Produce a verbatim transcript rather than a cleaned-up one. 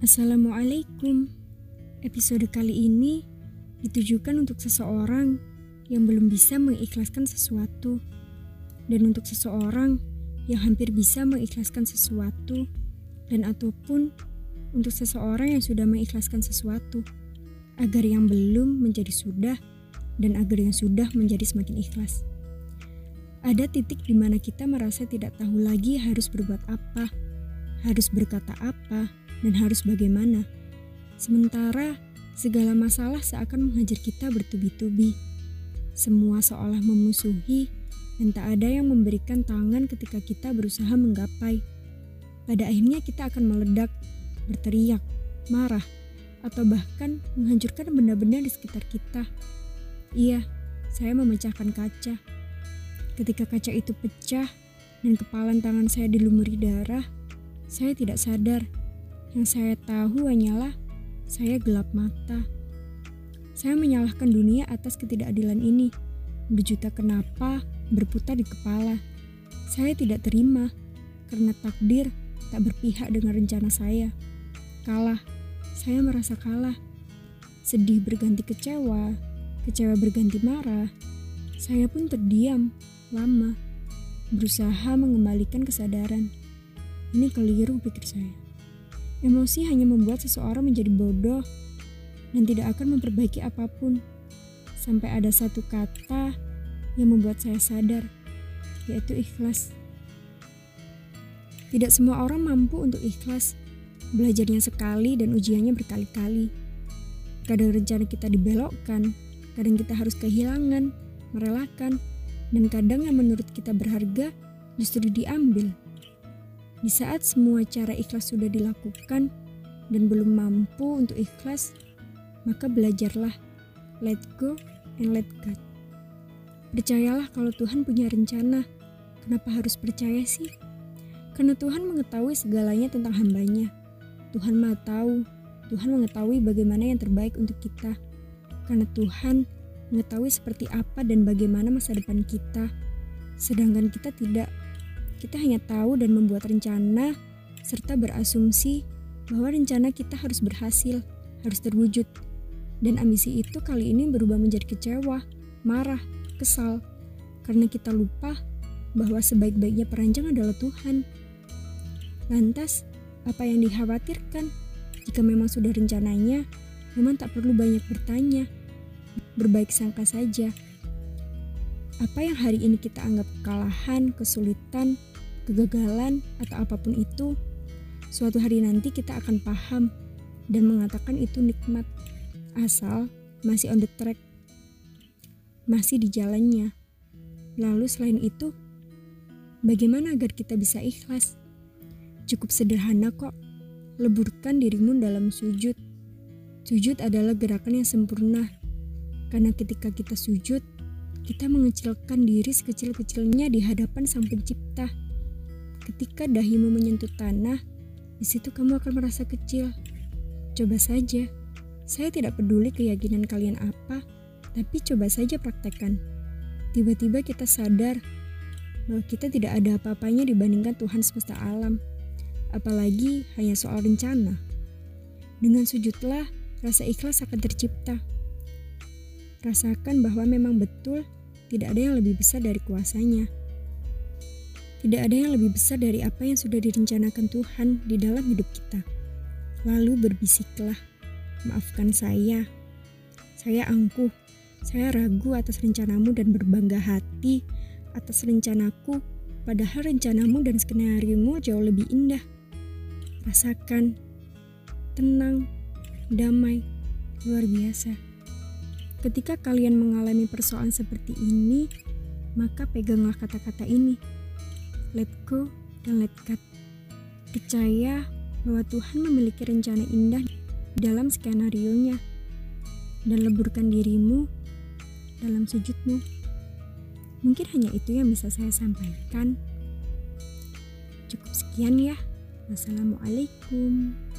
Assalamualaikum. Episode kali ini ditujukan untuk seseorang yang belum bisa mengikhlaskan sesuatu, dan untuk seseorang yang hampir bisa mengikhlaskan sesuatu, dan ataupun untuk seseorang yang sudah mengikhlaskan sesuatu, agar yang belum menjadi sudah, dan agar yang sudah menjadi semakin ikhlas. Ada titik di mana kita merasa tidak tahu lagi harus berbuat apa, harus berkata apa, dan harus bagaimana. Sementara segala masalah seakan menghajar kita bertubi-tubi. Semua seolah memusuhi dan tak ada yang memberikan tangan ketika kita berusaha menggapai. Pada akhirnya kita akan meledak, berteriak, marah, atau bahkan menghancurkan benda-benda di sekitar kita. Iya, saya memecahkan kaca. Ketika kaca itu pecah dan kepalan tangan saya dilumuri darah, saya tidak sadar. Yang saya tahu hanyalah saya gelap mata. Saya menyalahkan dunia atas ketidakadilan ini. Berjuta kenapa berputar di kepala. Saya tidak terima karena takdir tak berpihak dengan rencana saya. Kalah, saya merasa kalah. Sedih berganti kecewa, kecewa berganti marah. Saya pun terdiam lama, berusaha mengembalikan kesadaran. Ini keliru, pikir saya. Emosi hanya membuat seseorang menjadi bodoh dan tidak akan memperbaiki apapun. Sampai ada satu kata yang membuat saya sadar, yaitu ikhlas. Tidak semua orang mampu untuk ikhlas. Belajarnya sekali dan ujiannya berkali-kali. Kadang rencana kita dibelokkan, kadang kita harus kehilangan, merelakan, dan kadang yang menurut kita berharga justru diambil. Di saat semua cara ikhlas sudah dilakukan dan belum mampu untuk ikhlas, maka belajarlah, let go and let God. Percayalah kalau Tuhan punya rencana. Kenapa harus percaya sih? Karena Tuhan mengetahui segalanya tentang hambanya. Tuhan Maha Tahu, Tuhan mengetahui bagaimana yang terbaik untuk kita. Karena Tuhan mengetahui seperti apa dan bagaimana masa depan kita, sedangkan kita tidak. Kita hanya tahu dan membuat rencana, serta berasumsi bahwa rencana kita harus berhasil, harus terwujud. Dan ambisi itu kali ini berubah menjadi kecewa, marah, kesal, karena kita lupa bahwa sebaik-baiknya perancang adalah Tuhan. Lantas, apa yang dikhawatirkan? Jika memang sudah rencananya, memang tak perlu banyak bertanya, berbaik sangka saja. Apa yang hari ini kita anggap kekalahan, kesulitan, kegagalan, atau apapun itu, suatu hari nanti kita akan paham dan mengatakan itu nikmat, asal masih on the track, masih di jalannya. Lalu selain itu, bagaimana agar kita bisa ikhlas? Cukup sederhana kok, leburkan dirimu dalam sujud. Sujud adalah gerakan yang sempurna, karena ketika kita sujud, kita mengecilkan diri sekecil-kecilnya di hadapan Sang Pencipta. Ketika dahimu menyentuh tanah, di situ kamu akan merasa kecil. Coba saja. Saya tidak peduli keyakinan kalian apa, tapi coba saja praktekkan. Tiba-tiba kita sadar bahwa kita tidak ada apa-apanya dibandingkan Tuhan semesta alam. Apalagi hanya soal rencana. Dengan sujudlah, rasa ikhlas akan tercipta. Rasakan bahwa memang betul tidak ada yang lebih besar dari kuasanya. Tidak ada yang lebih besar dari apa yang sudah direncanakan Tuhan di dalam hidup kita. Lalu berbisiklah, maafkan saya. Saya angkuh, saya ragu atas rencanamu dan berbangga hati atas rencanaku, padahal rencanamu dan skenariomu jauh lebih indah. Rasakan, tenang, damai, luar biasa. Ketika kalian mengalami persoalan seperti ini, maka peganglah kata-kata ini. Let go dan let God. Percaya bahwa Tuhan memiliki rencana indah dalam skenario-nya. Dan leburkan dirimu dalam sujudmu. Mungkin hanya itu yang bisa saya sampaikan. Cukup sekian ya. Wassalamualaikum.